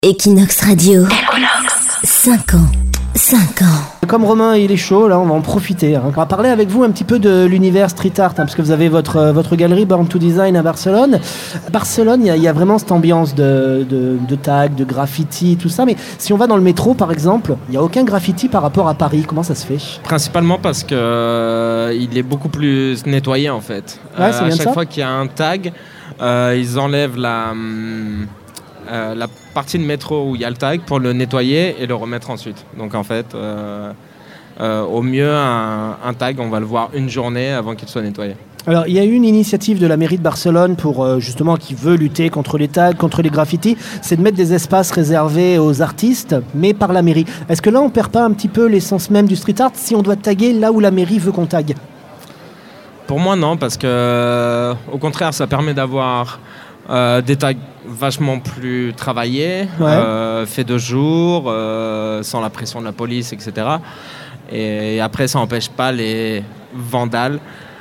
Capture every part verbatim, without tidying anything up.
Equinox Radio. Equinox. cinq ans. cinq ans. Comme Romain il est chaud, là on va en profiter. Hein. On va parler avec vous un petit peu de l'univers street art, hein, parce que vous avez votre, votre galerie Born to Design à Barcelone. Barcelone, il y, y a vraiment cette ambiance de, de, de tag, de graffiti, tout ça. Mais si on va dans le métro par exemple, il n'y a aucun graffiti par rapport à Paris. Comment ça se fait ? Principalement parce qu'il euh, est beaucoup plus nettoyé en fait. Ouais, euh, c'est à bien chaque ça. fois qu'il y a un tag, euh, ils enlèvent la... Hum, Euh, la partie de métro où il y a le tag pour le nettoyer et le remettre ensuite. Donc en fait, euh, euh, au mieux, un, un tag, on va le voir une journée avant qu'il soit nettoyé. Alors, il y a eu une initiative de la mairie de Barcelone pour euh, justement qui veut lutter contre les tags, contre les graffitis, c'est de mettre des espaces réservés aux artistes, mais par la mairie. Est-ce que là, on perd pas un petit peu l'essence même du street art si on doit taguer là où la mairie veut qu'on tague ? Pour moi, non, parce que euh, au contraire, ça permet d'avoir euh, des tags vachement plus travaillés, ouais. euh, faits de jour, euh, sans la pression de la police, et cetera. Et, et après, ça n'empêche pas les vandales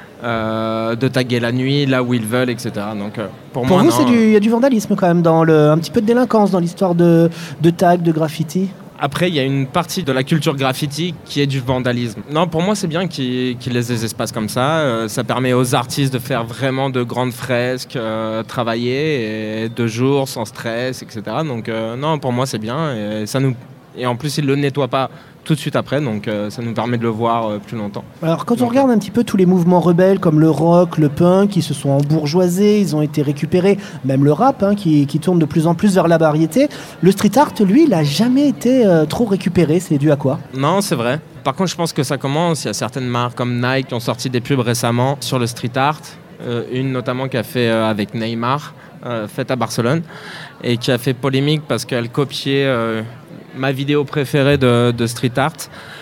euh, de taguer la nuit là où ils veulent, et cetera. Donc, euh, pour, pour moi, vous, non. c'est du, il y a du vandalisme quand même, dans le, un petit peu de délinquance dans l'histoire de, de tags, de graffiti. Après, il y a une partie de la culture graffiti qui est du vandalisme. Non, pour moi, c'est bien qu'ils, qu'ils laissent des espaces comme ça. Euh, ça permet aux artistes de faire vraiment de grandes fresques, euh, travailler et de jour, sans stress, et cetera. Donc, euh, non, pour moi, c'est bien. Et, ça nous... et en plus, ils ne le nettoient pas tout de suite après, donc euh, ça nous permet de le voir euh, plus longtemps. Alors quand donc, on regarde un petit peu tous les mouvements rebelles comme le rock, le punk, qui se sont embourgeoisés, ils ont été récupérés, même le rap hein, qui, qui tourne de plus en plus vers la variété, le street art, lui, il n'a jamais été euh, trop récupéré, c'est dû à quoi ? Non, c'est vrai. Par contre, je pense que ça commence, il y a certaines marques comme Nike qui ont sorti des pubs récemment sur le street art, euh, une notamment qui a fait euh, avec Neymar, euh, faite à Barcelone, et qui a fait polémique parce qu'elle copiait... Euh, ma vidéo préférée de, de street art,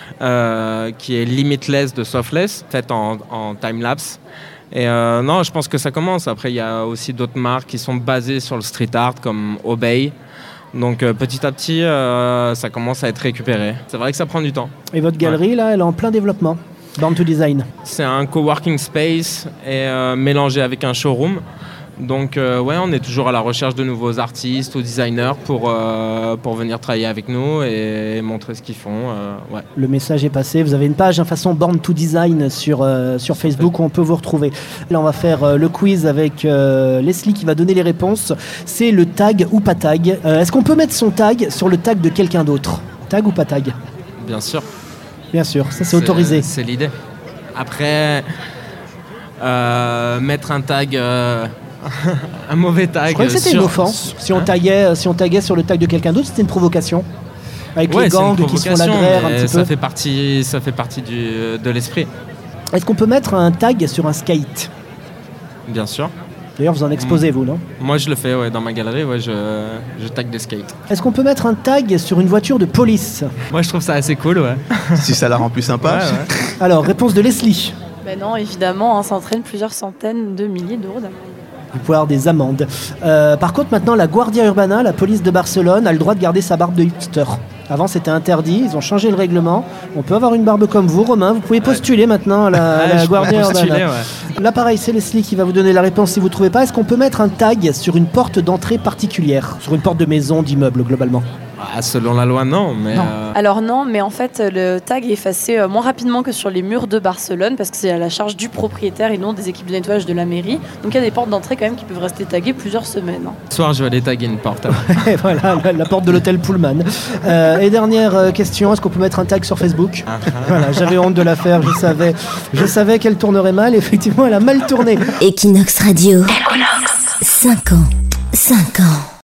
euh, qui est Limitless de Softless, faite en, en time-lapse. Et euh, non, je pense que ça commence. Après, il y a aussi d'autres marques qui sont basées sur le street art, comme Obey. Donc euh, petit à petit, euh, ça commence à être récupéré. C'est vrai que ça prend du temps. Et votre galerie, ouais. là, elle est en plein développement, Born to Design. C'est un coworking space et euh, mélangé avec un showroom. Donc euh, ouais, on est toujours à la recherche de nouveaux artistes ou designers pour, euh, pour venir travailler avec nous et montrer ce qu'ils font. Euh, ouais. Le message est passé. Vous avez une page, hein, façon Born to Design sur, euh, sur Facebook où on peut vous retrouver. Là, on va faire euh, le quiz avec euh, Leslie qui va donner les réponses. C'est le tag ou pas tag. Euh, est-ce qu'on peut mettre son tag sur le tag de quelqu'un d'autre ? Tag ou pas tag ? Bien sûr. Bien sûr, ça c'est, c'est autorisé. C'est l'idée. Après, euh, mettre un tag... Euh un mauvais tag. Je croyais que c'était sur... une offense. Si on, hein taguait, si on taguait sur le tag de quelqu'un d'autre, c'était une provocation. Avec ouais, les gangs qui se font la guerre un petit ça peu. Fait partie, ça fait partie du, de l'esprit. Est-ce qu'on peut mettre un tag sur un skate ? Bien sûr. D'ailleurs, vous en exposez, mmh. vous, non ? Moi, je le fais ouais, dans ma galerie. Ouais, je, je tag des skates. Est-ce qu'on peut mettre un tag sur une voiture de police ? Moi, je trouve ça assez cool, ouais. Si ça la rend plus sympa. Ouais, ouais. Alors, réponse de Leslie. Ben non, évidemment, hein, ça entraîne plusieurs centaines de milliers d'euros d'amende. Vous pouvez avoir des amendes. Euh, par contre, maintenant, la Guardia Urbana, la police de Barcelone, a le droit de garder sa barbe de hipster. Avant, c'était interdit. Ils ont changé le règlement. On peut avoir une barbe comme vous, Romain. Vous pouvez postuler ouais. maintenant à la, ouais, la Guardia Urbana. Ouais. Là, pareil, c'est Leslie qui va vous donner la réponse si vous ne trouvez pas. Est-ce qu'on peut mettre un tag sur une porte d'entrée particulière ? Sur une porte de maison, d'immeuble, globalement ? Ah, selon la loi, non. Mais non. Euh... Alors non, mais en fait, le tag est effacé moins rapidement que sur les murs de Barcelone parce que c'est à la charge du propriétaire et non des équipes de nettoyage de la mairie. Donc il y a des portes d'entrée quand même qui peuvent rester taguées plusieurs semaines. Hein. Ce soir, je vais aller taguer une porte. Voilà, la, la porte de l'hôtel Pullman. Euh, et dernière euh, question, est-ce qu'on peut mettre un tag sur Facebook ? Voilà, j'avais honte de la faire, je savais, je savais qu'elle tournerait mal. Effectivement, elle a mal tourné. Equinox Radio. Equinox. cinq ans. cinq ans.